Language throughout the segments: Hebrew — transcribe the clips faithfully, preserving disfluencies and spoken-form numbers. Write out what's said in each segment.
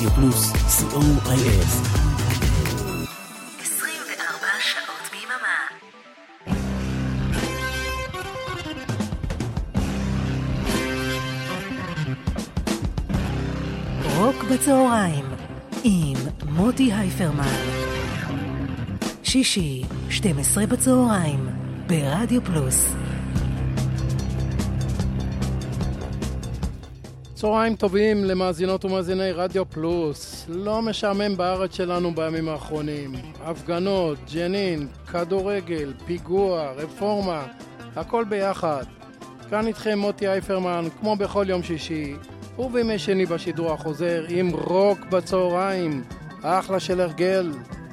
רדיו פלוס, סי או איי אס. עשרים וארבע שעות ביממה. רוק בצהריים עם מוטי הייפרמן. שישי, שתים עשרה בצהריים, ברדיו פלוס. צהריים טובים למאזינות ומאזיני רדיו פלוס. לא משעמם בארץ שלנו בימים האחרונים. הפגנות, ג'נין, כדורגל, פיגוע, רפורמה, הכל ביחד. כאן איתכם מוטי הייפרמן, כמו בכל יום שישי, ובימי שני בשידור החוזר עם רוק בצהריים. אחלה של הרגל.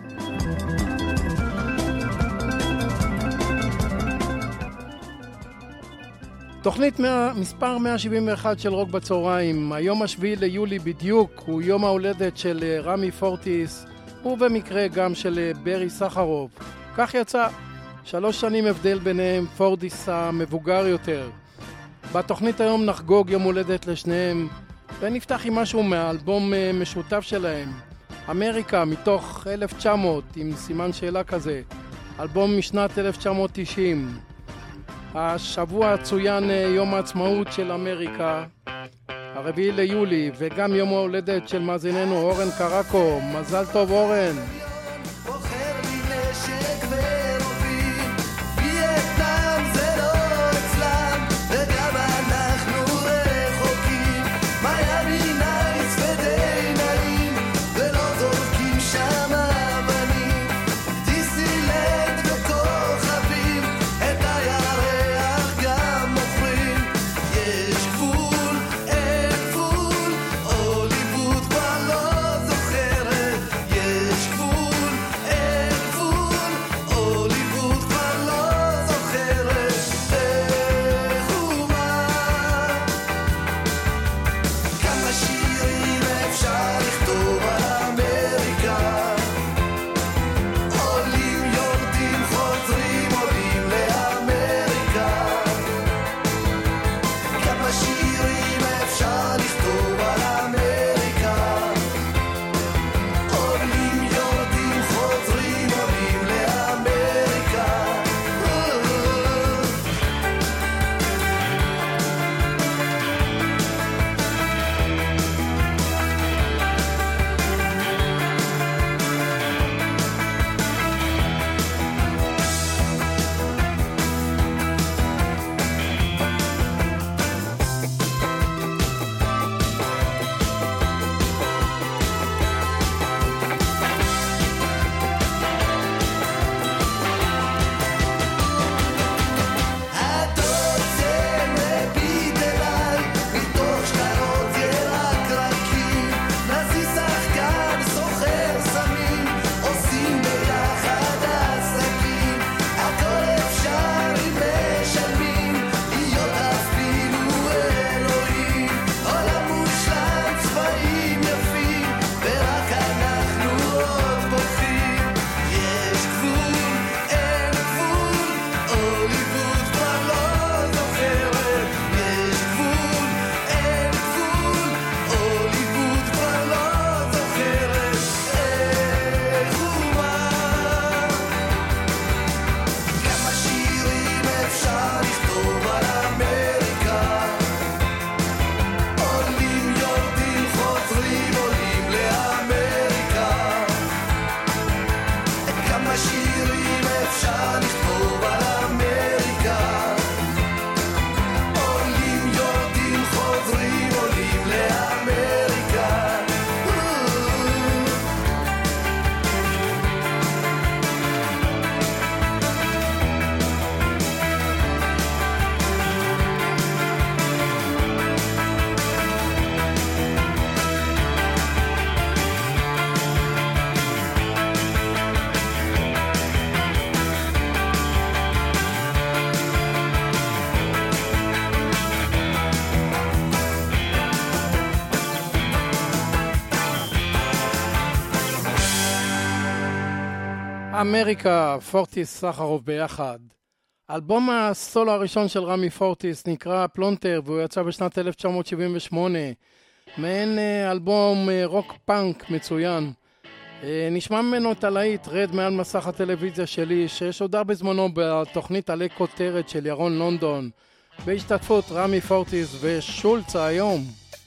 תוכנית מספר מאה שבעים ואחת של רוק בצהריים. היום השביעי ליולי בדיוק הוא יום ההולדת של רמי פורטיס, ובמקרה גם של ברי סחרוף. כך יצא, שלוש שנים הבדל ביניהם, פורטיס המבוגר יותר. בתוכנית היום נחגוג יום הולדת לשניהם, ונפתח עם משהו מהאלבום משותף שלהם, אמריקה מתוך אלף תשע מאות, עם סימן שאלה כזה, אלבום משנת אלף תשע מאות תשעים. השבוע צוין יום העצמאות של אמריקה, הרביעי ליולי, וגם יום ההולדת של מאזיננו אורן קרקו. מזל טוב אורן. אמריקה, פורטיס סחרוף ביחד. אלבום הסולו הראשון של רמי פורטיס נקרא פלונטר, והוא יצא בשנת אלף תשע מאות שבעים ושמונה. מעין אלבום רוק פאנק מצוין. נשמע ממנו את הלהיט רד מעל מסך הטלוויזיה שלי, ששודר בזמנו בתוכנית עלי כותרת של ירון לונדון, בהשתתפות רמי פורטיס ושולץ היום.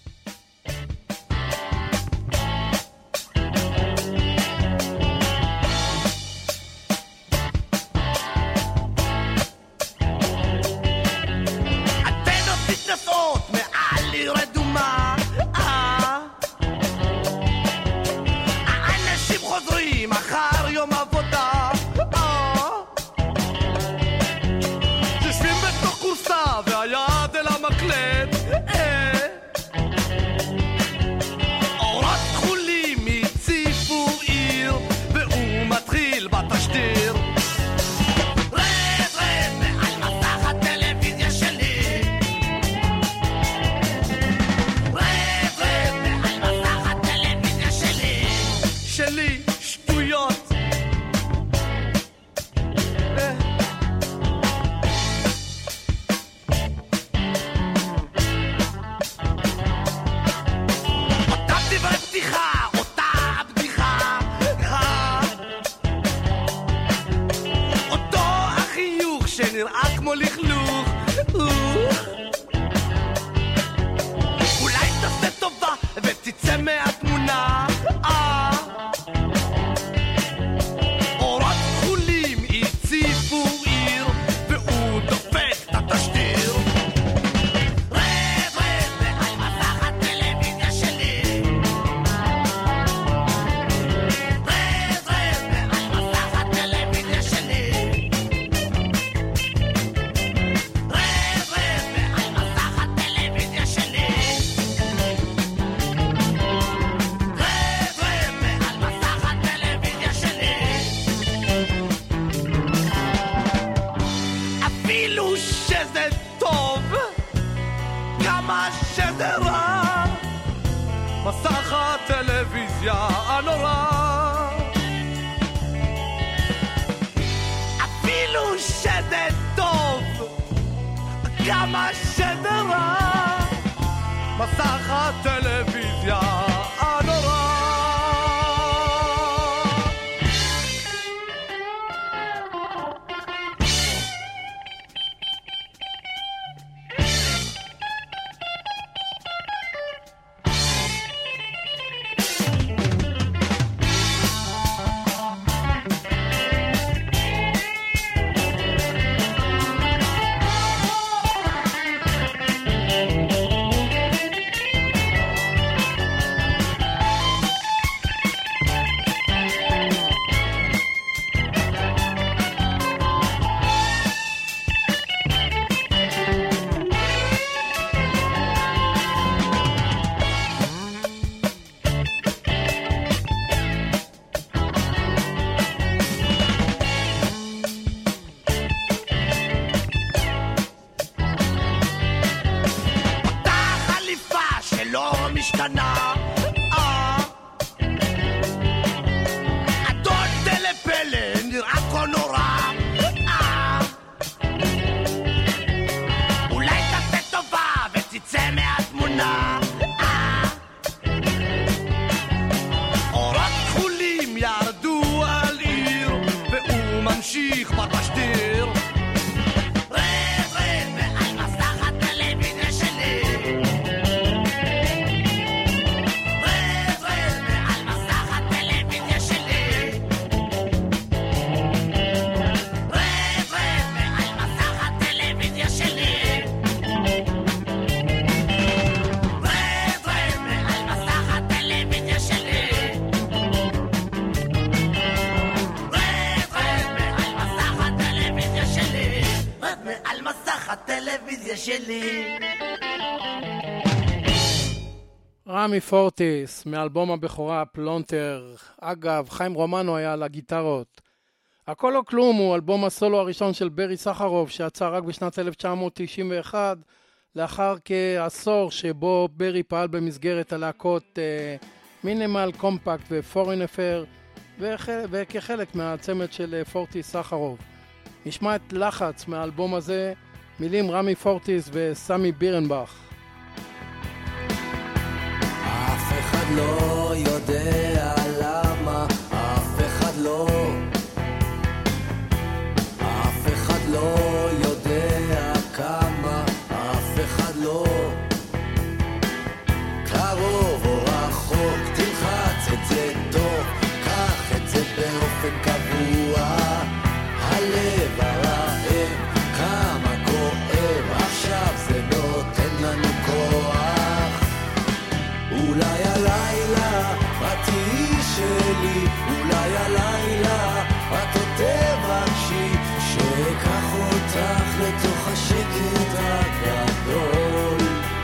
רמי פורטיס מאלבום הבכורה פלונטר. אגב, חיים רומנו היה על הגיטרות. הכל או כלום הוא אלבום הסולו הראשון של ברי סחרוף שיצא רק בשנת אלף תשע מאות תשעים ואחת, לאחר כעשור שבו ברי פעל במסגרת הלהקות מינימל קומפקט ופורין אפר, וכחלק מהצמד של פורטיס סחרוף. נשמע את לחץ מהאלבום הזה, מילים רמי פורטיס וסמי בירנבך. לא יודע למה, אף אחד לא, אף אחד לא יודע כמה, אף אחד לא. קרוב או רחוק, תלחץ את זה טוב, קח את זה באופן קבוע. הלב הרעב, כמה כואב, עכשיו זה נותן לנו כוח. אולי הלילה את תהיי שלי, אולי הלילה את עוד תבקשי שאקח אותך לתוך השקט הגדול.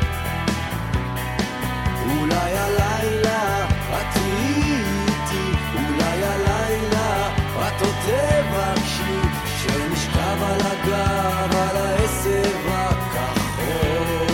אולי הלילה את תהיי איתי, אולי הלילה את עוד תבקשי שנשכב על הגב על העשב הכחול.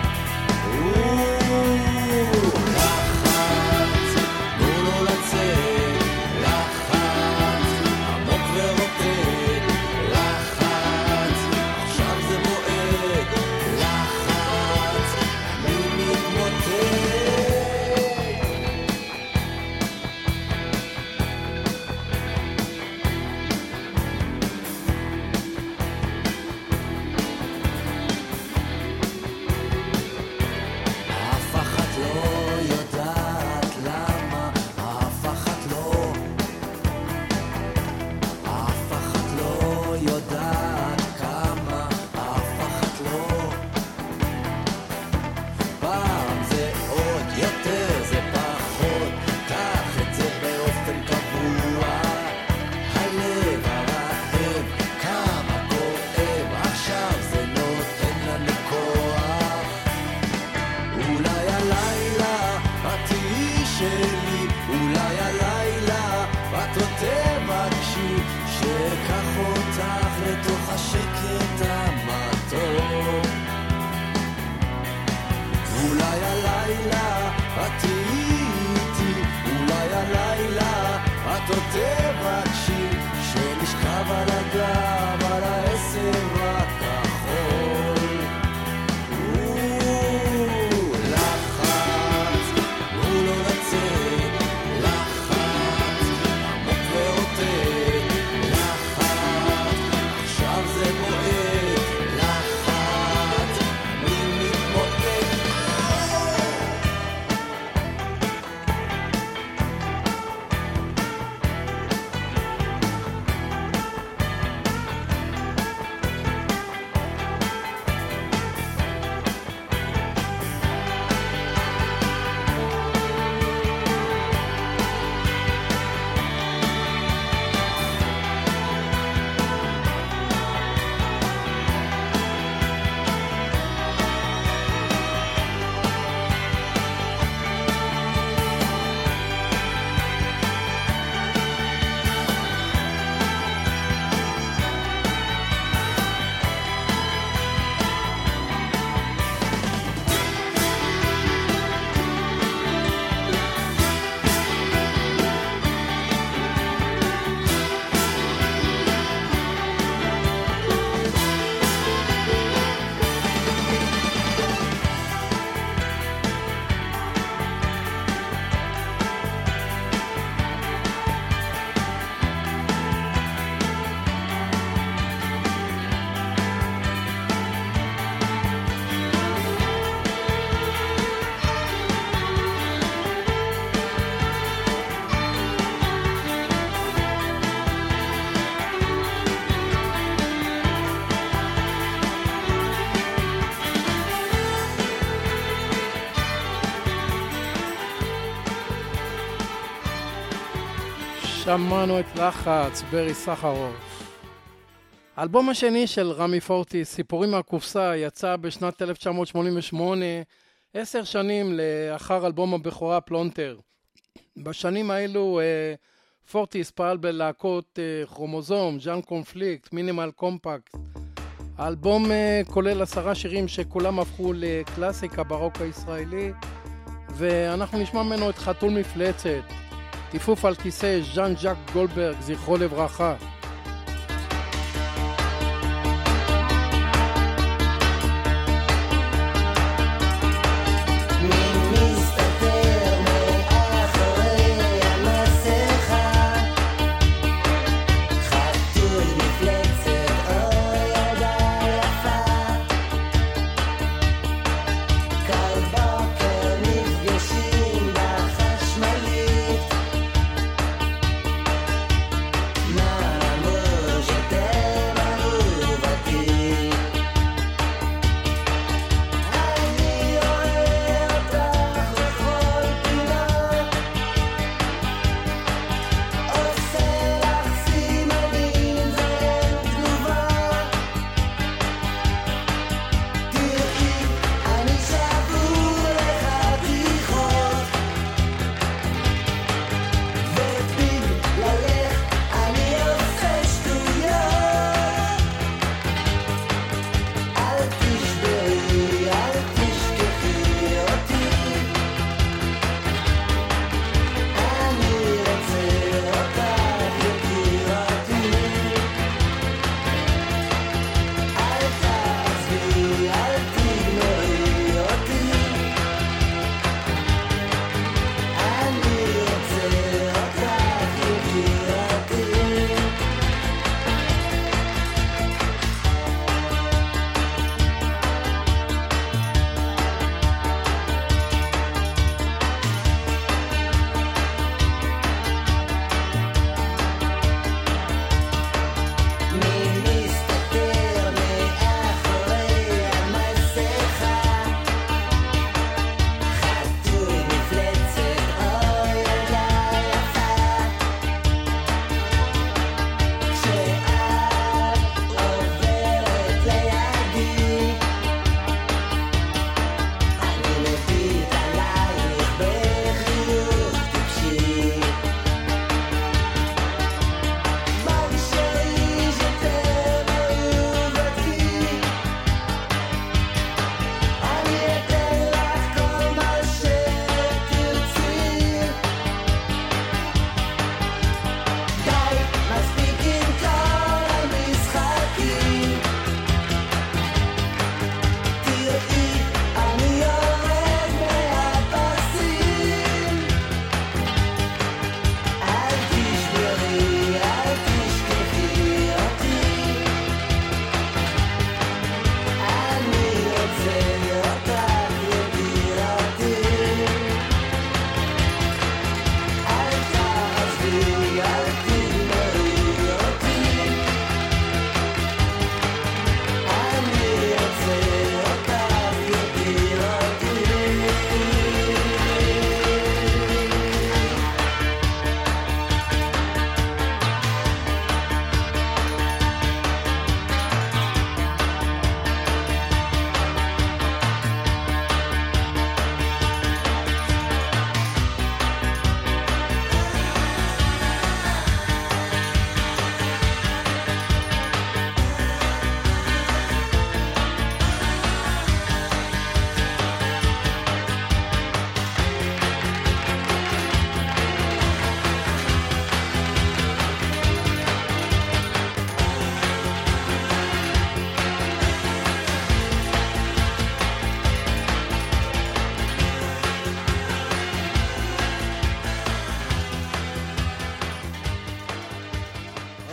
שמענו את לחץ, ברי סחרוף. האלבום השני של רמי פורטיס, סיפורים מהקופסה, יצא בשנת אלף תשע מאות שמונים ושמונה, עשר שנים לאחר אלבום הבכורה פלונטר. בשנים האלו פורטיס פעל בלהקות כרומוזום, ז'אן קונפליקט, מינימל קומפקט. האלבום כולל עשרה שירים שכולם הפכו לקלאסיקה ברוק הישראלי, ואנחנו נשמע ממנו את חתול מפלצת, טיפוף על כיסא, ז'אן ז'אק גולדברג, זכרו לברכה. מי מסתתר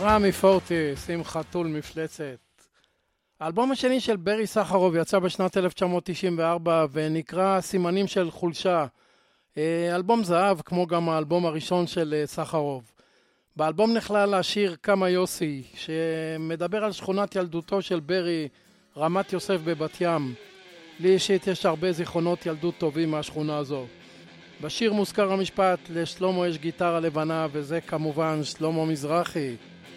רמי פורטיס עם חתול מפלצת. האלבום השני של ברי סחרוב יצא בשנת אלף תשע מאות תשעים וארבע ונקרא סימנים של חולשה. אלבום זהב כמו גם האלבום הראשון של סחרוב. באלבום נכלל השיר כמה יוסי שמדבר על שכונת ילדותו של ברי, רמת יוסף בבת ים. לי אישית יש הרבה זיכרונות ילדות טובים מהשכונה הזו. בשיר מוזכר המשפט לשלמה יש גיטרה לבנה וזה כמובן שלמה מזרחי.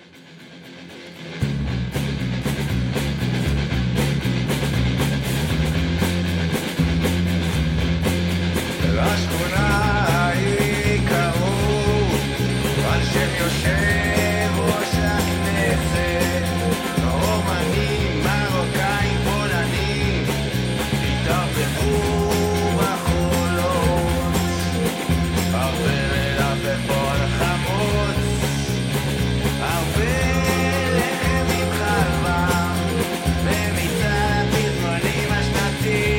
לשכונה היא קראו על שם יושב ראש הכנסת, רומנים, מרוקאים, פולנים התערבבו בחולות, הרבה מלפפון חמוץ, הרבה לחם עם חלבה במצעד בזמנים השנתי.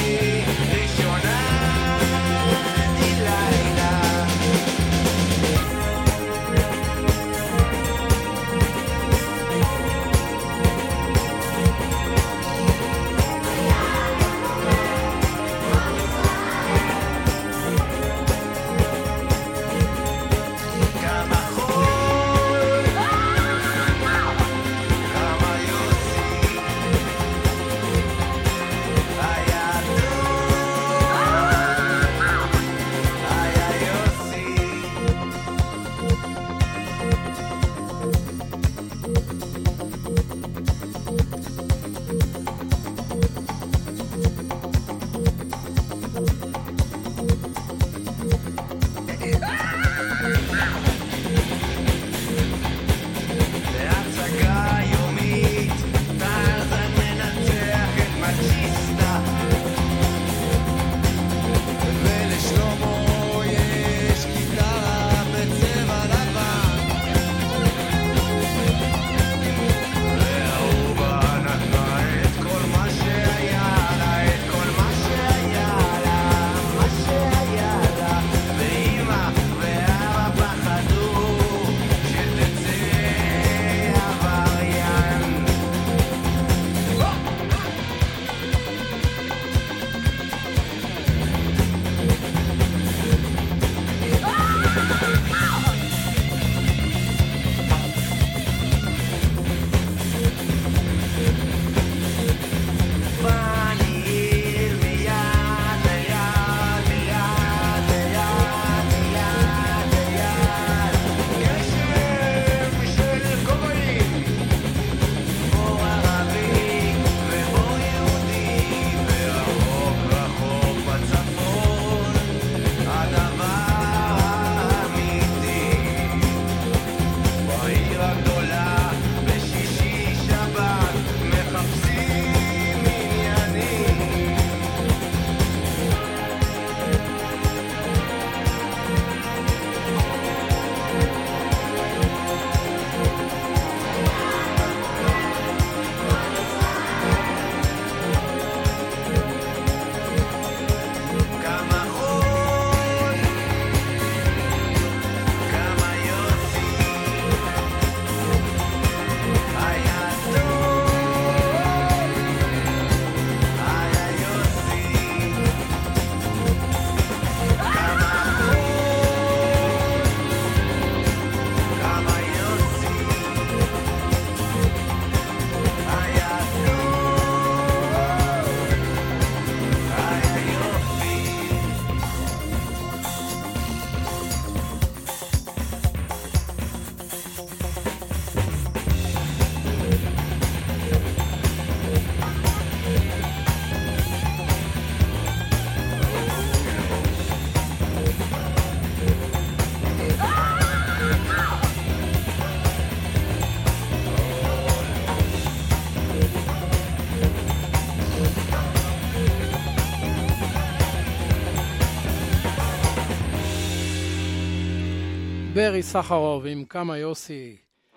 ברי סחרוב עם כמה יוסי.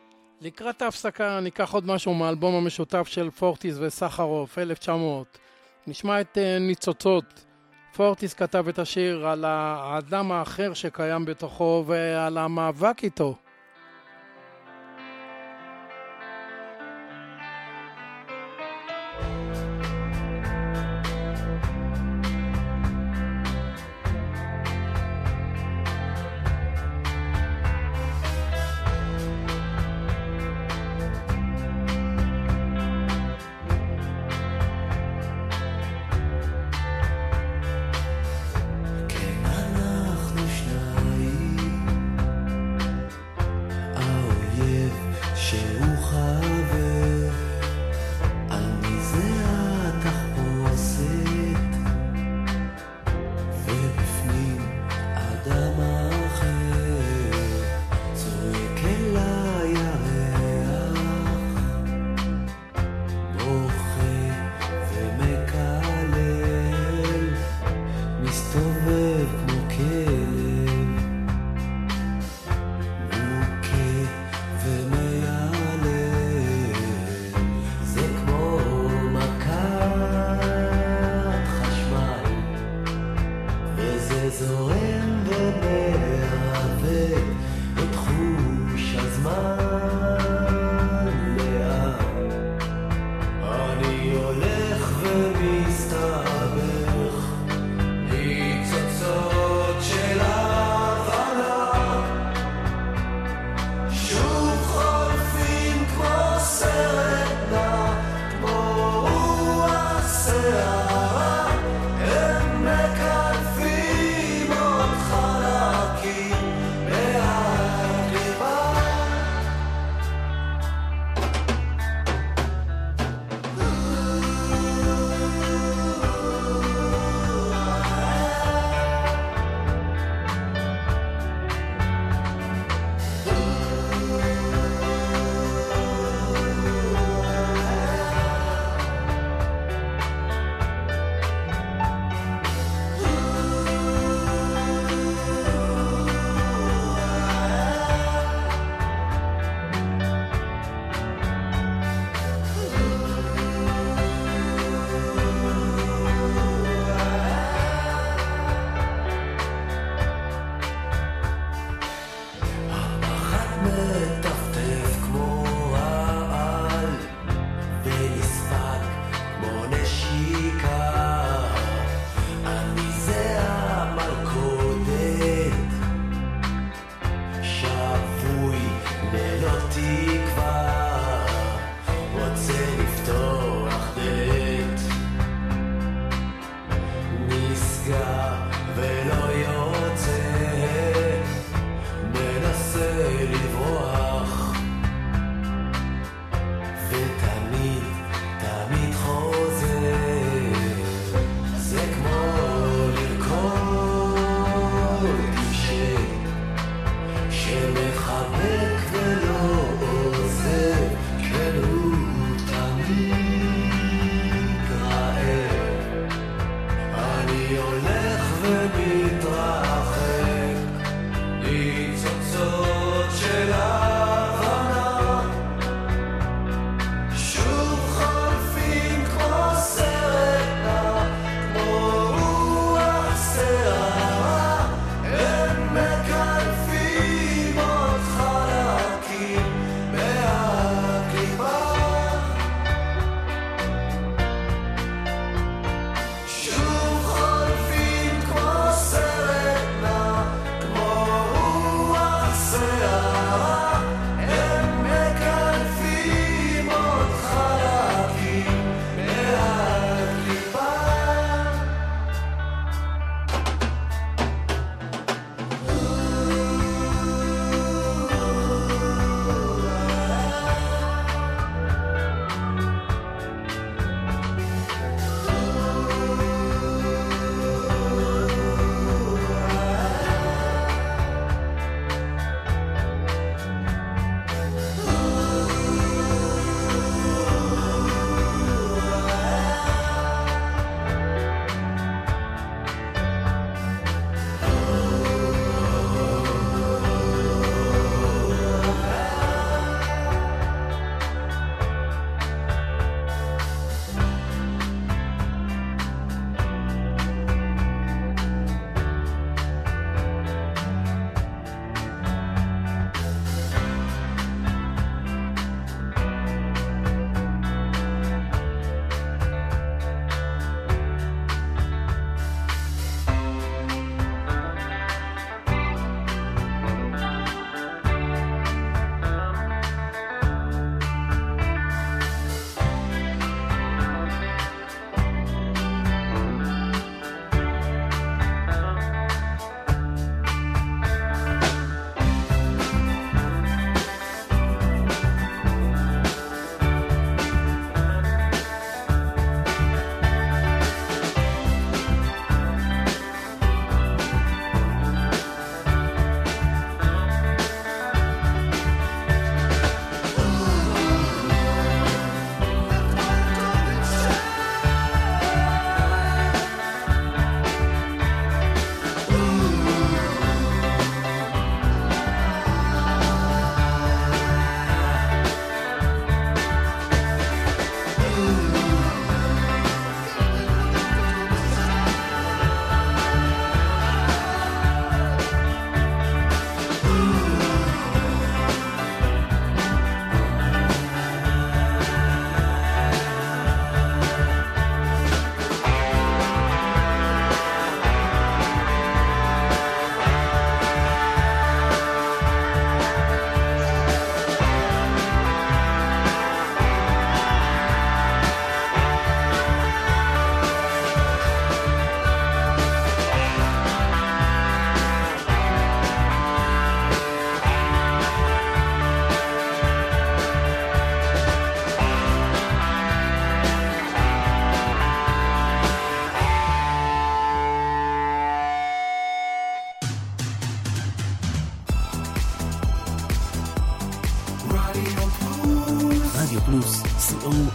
לקראת ההפסקה ניקח עוד משהו מהאלבום המשותף של פורטיס וסחרוב, אלף תשע מאות. נשמע את ניצוצות. פורטיס כתב את השיר על האדם האחר שקיים בתוכו ועל המאבק איתו.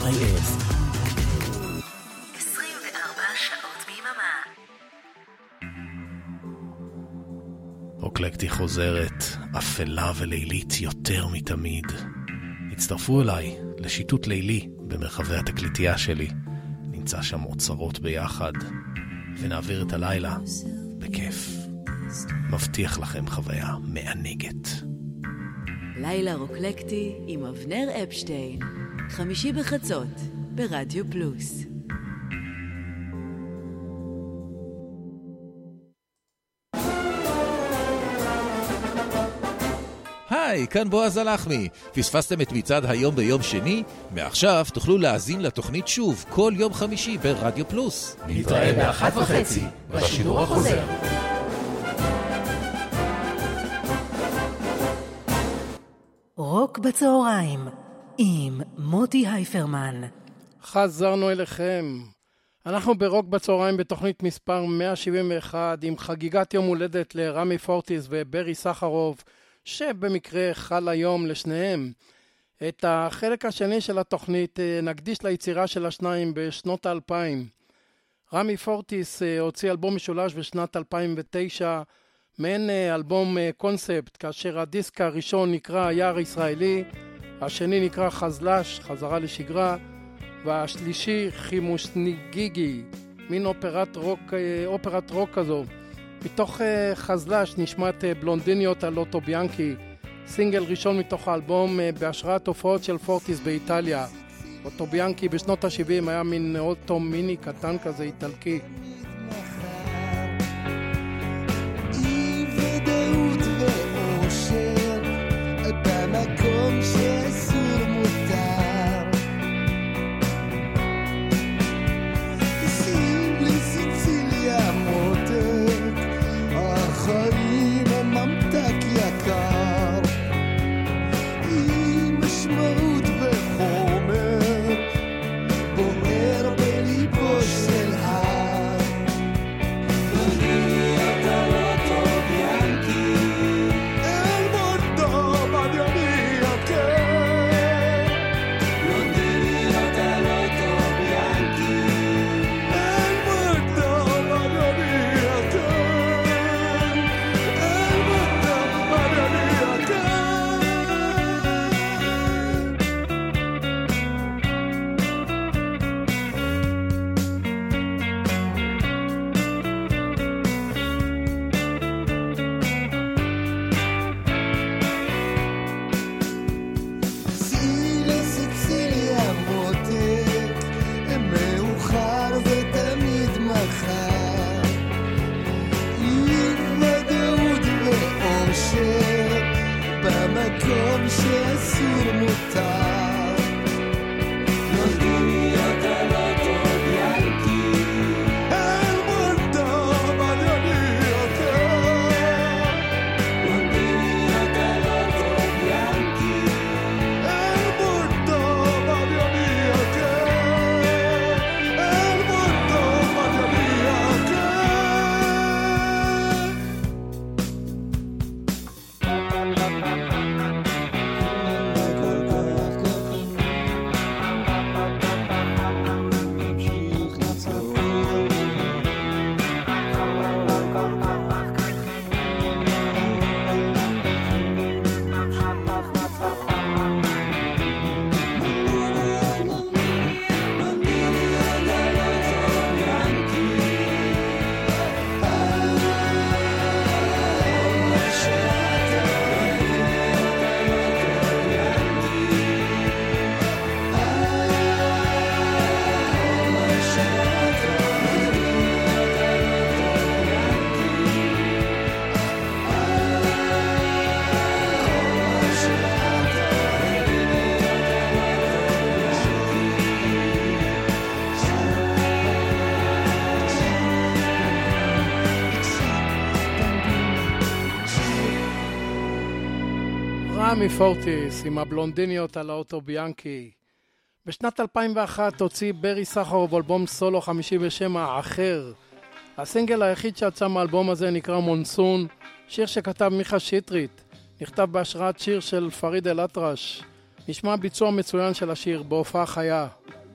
איי אס. עשרים וארבע שעות ביממה. רוקלקטי חוזרת, אפלה ולילית יותר מתמיד. הצטרפו אליי לשיטוט לילי במרחבי התקליטייה שלי. נמצא שם אוצרות ביחד, ונעביר את הלילה בכיף. מבטיח לכם חוויה מענגת. לילה רוקלקטי עם אבנר אפשטיין, חמישי בחצות ברדיו פלוס. היי, כאן בועז הלחמי. פספסתם את מצעד היום ביום שני? מעכשיו תוכלו להאזין לתוכנית שוב כל יום חמישי ברדיו פלוס. נתראה באחת וחצי בשידור החוזר. רוק בצהריים עם מוטי הייפרמן. חזרנו אליכם. אנחנו ברוק בצהריים בתוכנית מספר מאה שבעים ואחת עם חגיגת יום הולדת לרמי פורטיס וברי סחרוב, שבמקרה חל היום לשניהם. את החלק השני של התוכנית נקדיש ליצירה של השניים בשנות האלפיים. רמי פורטיס הוציא אלבום משולש בשנת אלפיים ותשע, מעין אלבום קונספט, כאשר הדיסק הראשון נקרא יער ישראלי, השני נקרא חזלש, חזרה לשגרה, והשלישי חימושניגיגי, מין אופרת רוק, אופרת רוק כזו. מתוך חזלש נשמעת בלונדיניות על אוטו ביאנקי, סינגל ראשון מתוך האלבום בהשראת הופעות של פורטיס באיטליה. אוטו ביאנקי בשנות ה-שבעים היה מין אוטו מיני קטן כזה איטלקי. אי ודאות ואושר במקום שאסור מותר, שים לסיציליה מותק, החיים הם ממתק יקר, עם משמעות וחומר בוער בליבו של הר. אני אתה לא טוב ינקי אל מותו בדיוני יקר, לונדיני אתה לא טוב ינקי אל מותו בדיוני יקר, אל מותו בדיוני יקר. סי לסיציליה מותק, מאוחר ותמיד מחר, עם ודאות ואושר במקום שאסור מותר. לונדיני אתה לא טוב ינקי אל מותו בדיוני יקר, לונדיני אתה לא טוב ינקי אל מותו בדיוני יקר, אל מותו בדיוני יקר. רמי פורטיס עם הבלונדיניות על האוטו ביאנקי. בשנת אלפיים ואחת הוציא ברי סחרוב אלבום סולו חמישי בשם האחר. הסינגל היחיד שיצא מהאלבום הזה נקרא מונסון, שיר שכתב מיכה שטרית, נכתב בהשראת שיר של פריד אל אטרש. נשמע ביצוע מצוין של השיר בהופעה חיה.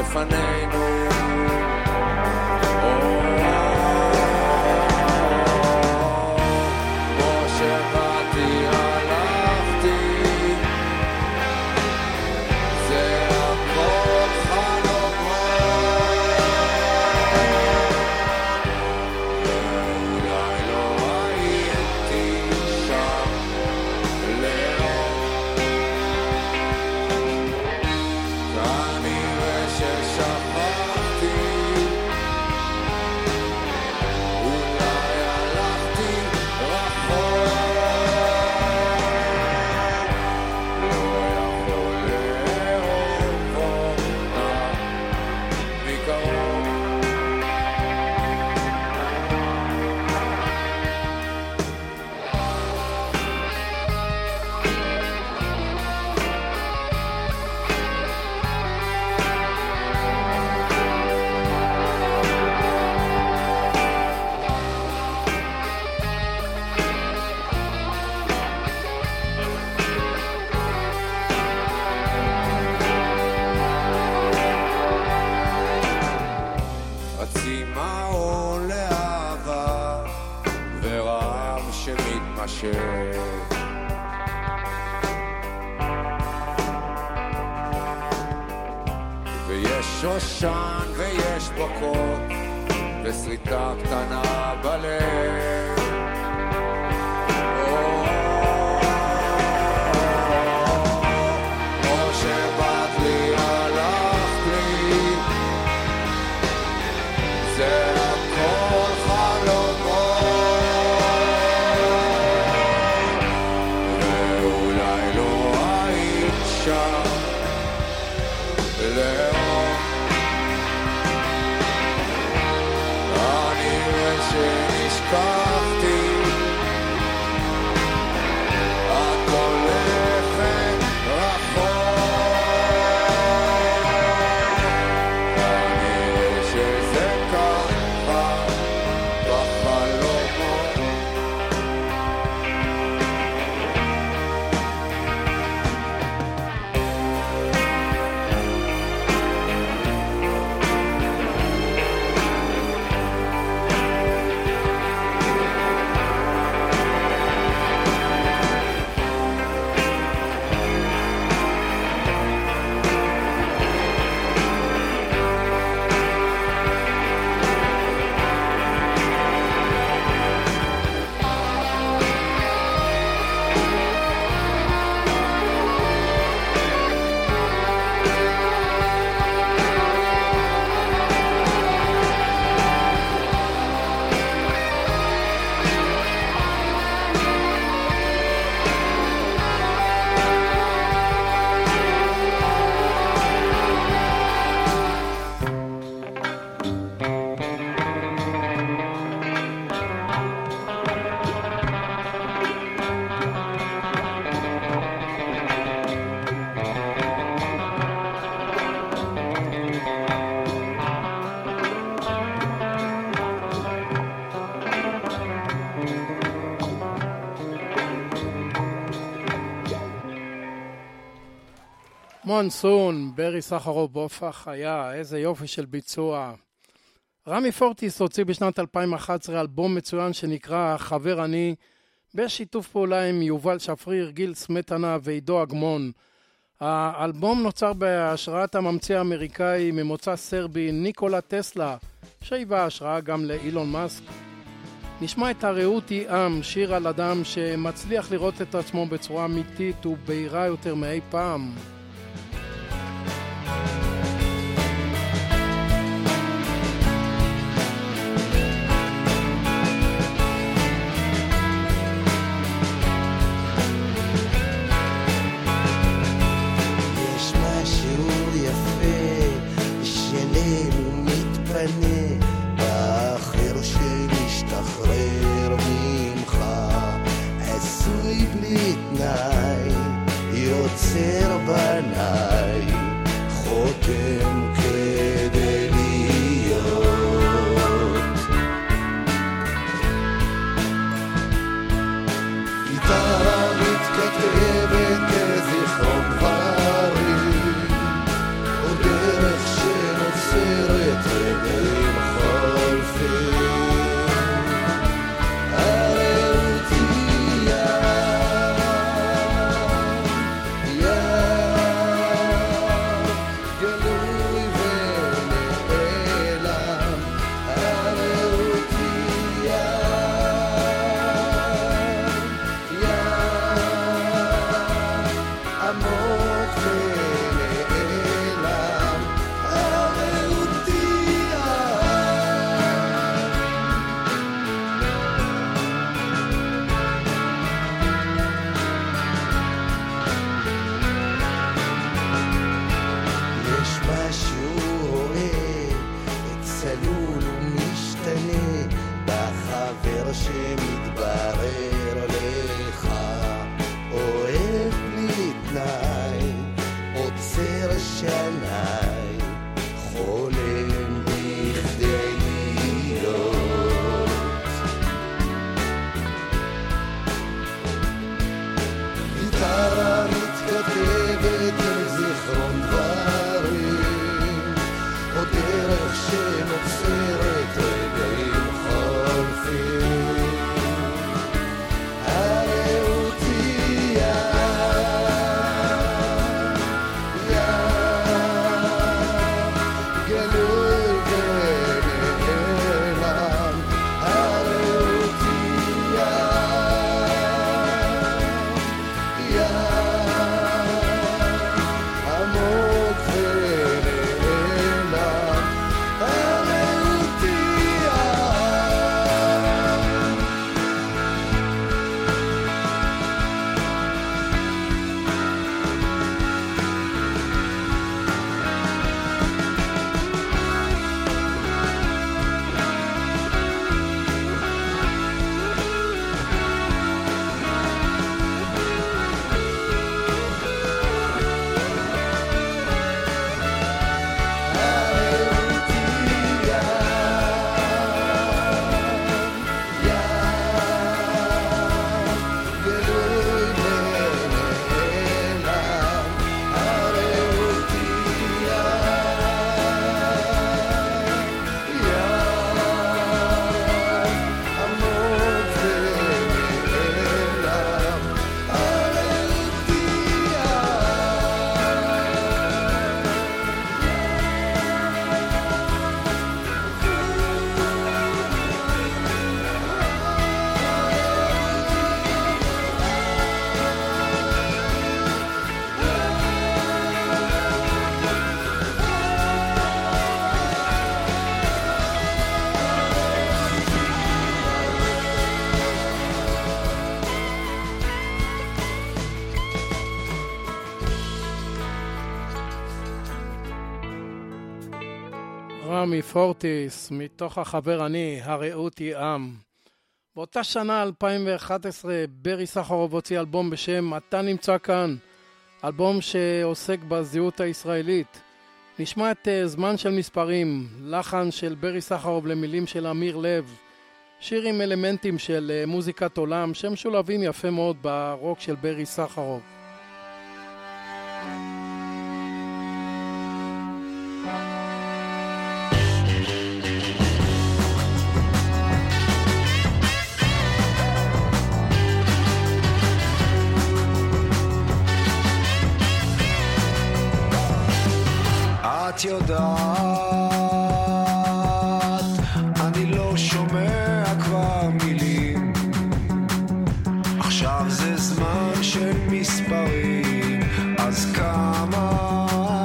לפנינו. ויש שושן ויש בוקות וסריטה קטנה בלב. או שבאת לי הלכת לי, זה הכל חלומות, ואולי לא היית שם לאור. אני רואה שנשכחתי, את הולכת רחוק, אני רואה שזה ככה בחלומות. מונסון, ברי סחרוף בהופעה חיה, איזה יופי של ביצוע. רמי פורטיס הוציא בשנת אלפיים ואחת עשרה אלבום מצוין שנקרא חבר אני, בשיתוף פעולה עם יובל שפריר, גיל סמטנה ועידו אגמון. האלבום נוצר בהשראת הממציא האמריקאי ממוצא סרבי ניקולה טסלה, שהיווה השראה גם לאילון מאסק. נשמע את הרעות היא עם, שיר על אדם שמצליח לראות את עצמו בצורה אמיתית ובהירה יותר מאי פעם. באחר שמשתחרר ממך, עשוי בלי תנאי, יוצר בניי, חותם כדי להיות. גיטרה מתכתבת לזיכרון דברים, או דרך שלו ונעלם, הרי אותי יש משהו רואה, צלול ומשתנה בחבר שמתברר לך, אוהב בלי תנאי, עוצר שני, חולם בכדי להיות. גיטרה מתכתבת עם זיכרון דברים, או דרך שנוצרת רגעים חולפים, הרי אותי גלוי ונעלם, הרי אותי עמוק ונעלם, הרי אותי רמי פורטיס, מתוך החבר אני, הרעות היא עם. באותה שנה, אלפיים ואחת עשרה, ברי סחרוב הוציא אלבום בשם אתה נמצא כאן, אלבום שעוסק בזהות הישראלית. נשמע את זמן של מספרים, לחן של ברי סחרוב למילים של אמיר לב, שיר עם אלמנטים של מוזיקת עולם שמשולבים יפה מאוד ברוק של ברי סחרוב. את יודעת, אני לא שומע כבר מילים, עכשיו זה זמן של מספרים, אז כמה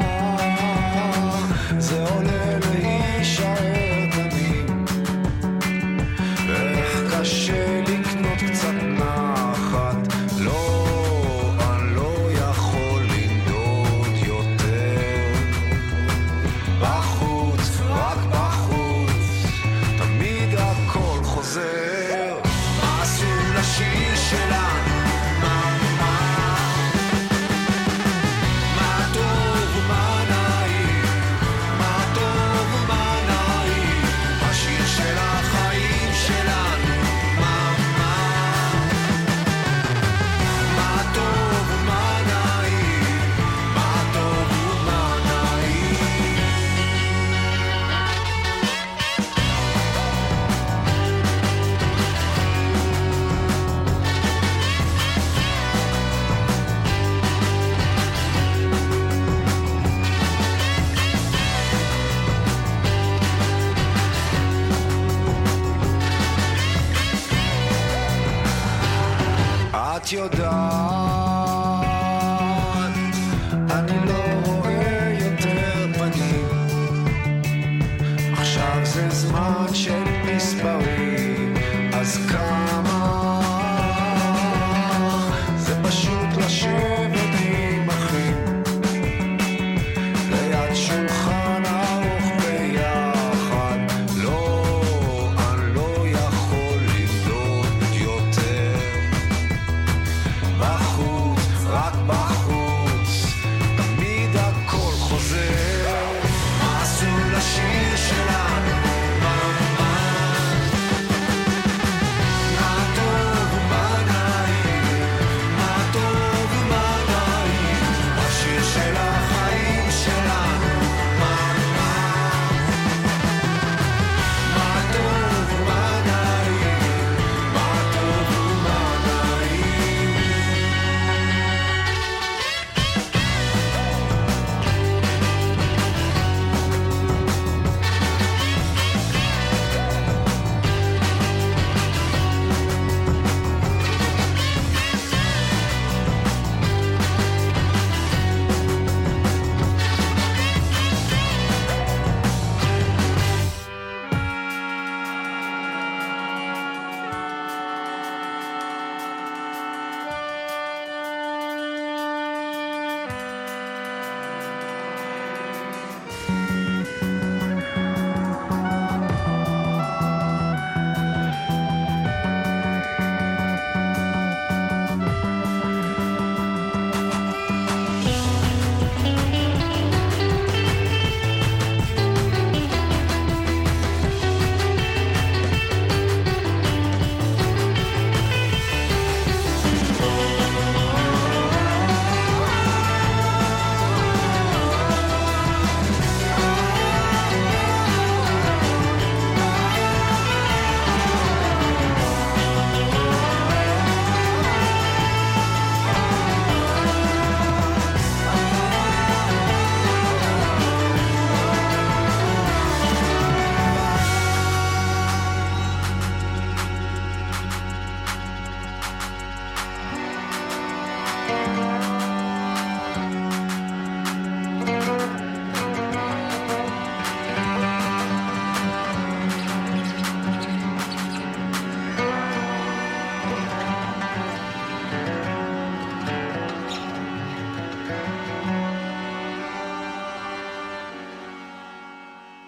זה עולה להישאר תמים, ואיך קשה לקנות קצת נחת, לא אני לא יכול לנדוד יותר בחור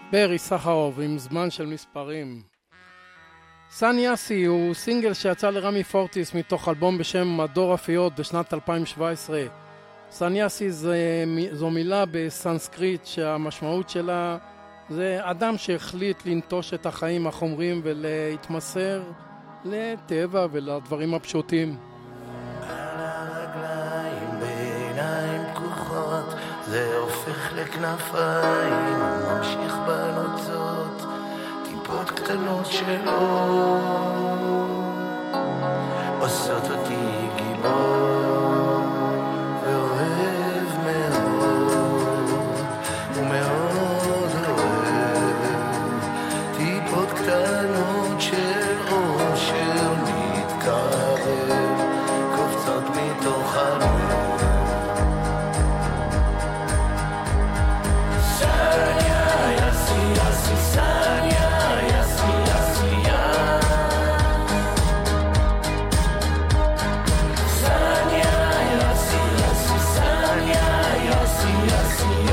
ברי סחרוב עם זמן של מספרים. סן יאסי הוא סינגל שיצא לרמי פורטיס מתוך אלבום בשם מדור אפיות בשנת אלפיים שבע עשרה. סן יאסי זו מילה בסנסקריט שהמשמעות שלה זה אדם שהחליט לנטוש את החיים החומרים ולהתמסר לטבע ולדברים הפשוטים. על הרגליים בעיניים פקוחות זה הופך לכנפיים, ממשיך בנוצות טיפות קטנות שלו עושות אותי גיבור ואוהב מאוד ומאוד אוהב טיפות קטנות של אושר מתקרב קופצות מתוך הלב. סניה יסי יסי סניה יסי יסי סניה יסי יסי סניה יסי יסי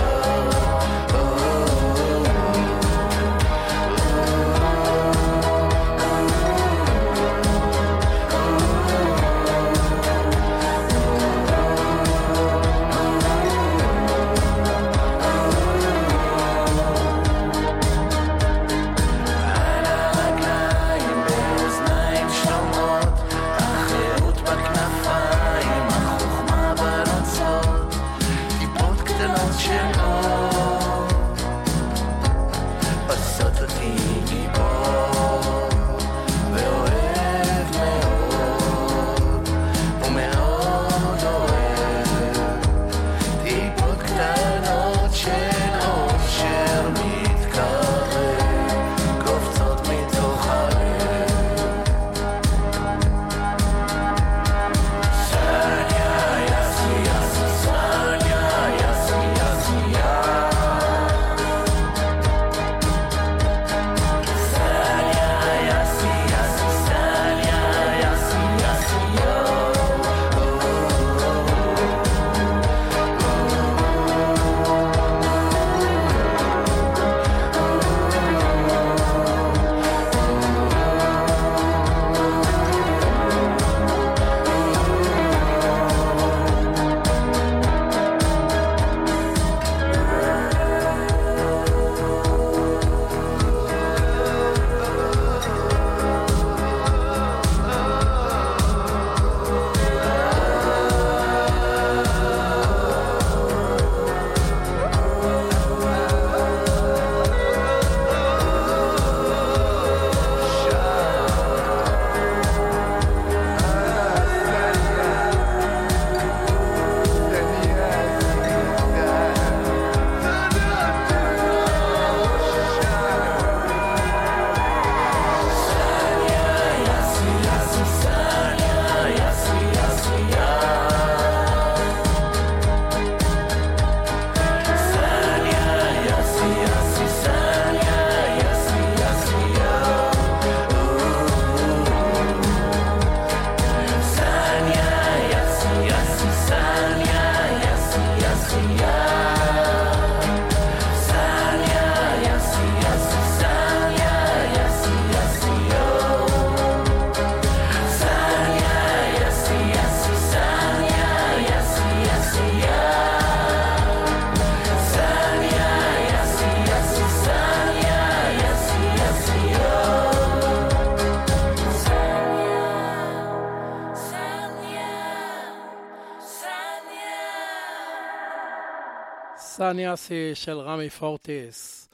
סן יאסי של רמי פורטיס.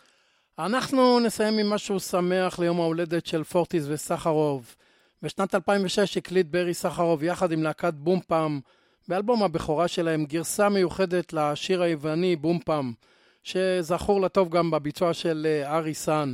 אנחנו נסיים עם משהו שמח ליום ההולדת של פורטיס וסחרוב. בשנת אלפיים ושש הקליט ברי סחרוב יחד עם להקת בומפם באלבום הבכורה שלהם גרסה מיוחדת לשיר היווני בומפם, שזכור לטוב גם בביצוע של ארי סן.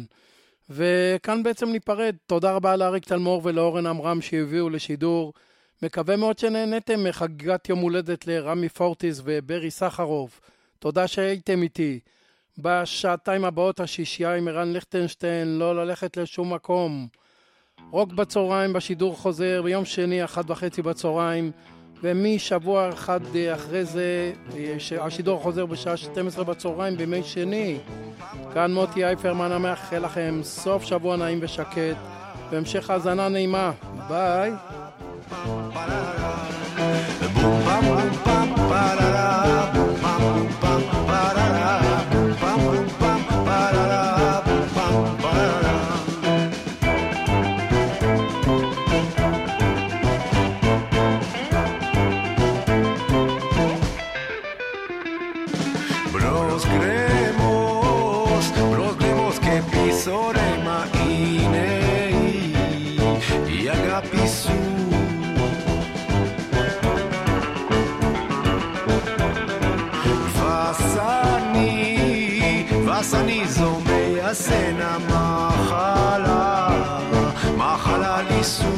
וכאן בעצם ניפרד. תודה רבה לאריק תלמור ולאורן אמרם שהביאו לשידור. מקווה מאוד שנהנתם מחגיגת יום הולדת לרמי פורטיס וברי סחרוב. תודה שהייתם איתי. בשעתיים הבאות השישייה עם ערן ליכטנשטיין, לא ללכת לשום מקום. רוק בצהריים בשידור חוזר ביום שני אחת וחצי בצהריים. ומשבוע אחד אחרי זה, השידור חוזר בשעה שתים עשרה בצהריים בימי שני. כאן מוטי אייפרמן המאחל לכם סוף שבוע נעים ושקט, והמשך האזנה נעימה. ביי. אני זומי הסנה מחלה, מחלה ליסו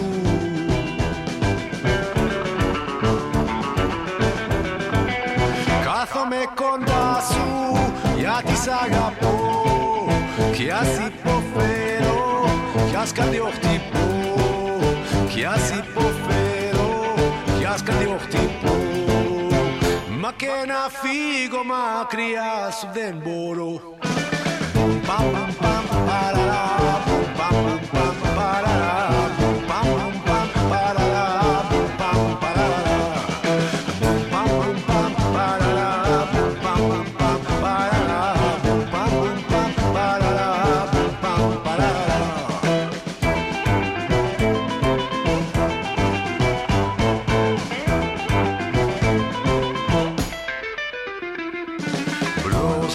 כתו מקונדסו יתי סגפו כי הסיפו פרו כי הסקדי אוכתי פה כי הסיפו פרו כי הסקדי אוכתי פה מה כן הפיגו מה קריאה סובדן בורו pam pam pam parara pam pam pam parara pam pam pam parara pam parara pam pam parara pam pam parara pam pam parara pam parara bros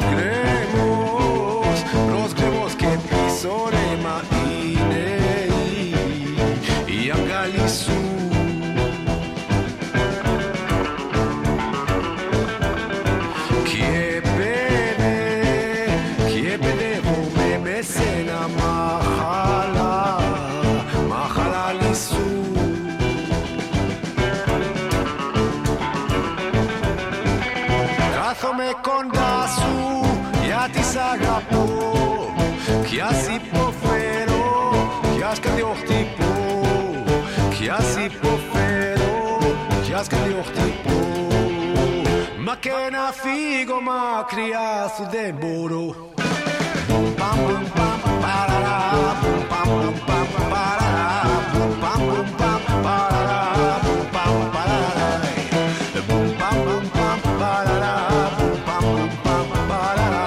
αγαπώ κι ας υποφέρω κι ας κατιοχτυπώ κι ας υποφέρω κι ας κατιοχτυπώ μα και να φύγω μακριά σου δεν μπορώ παμ παμ παμ παραρά παμ παμ παμ παραρά παμ παμ παμ παραρά παμ παραρά παμ παμ παμ παραρά παμ παμ παραρά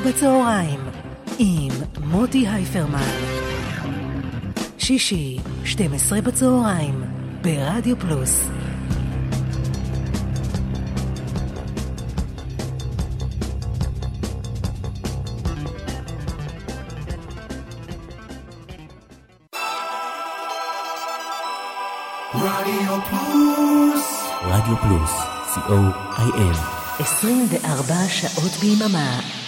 בצהריים עם מוטי הייפרמן. שישי, שתים עשרה בצהריים, ברדיו פלוס. רדיו פלוס. רדיו פלוס, סי או איי אל. עשרים וארבע שעות ביממה.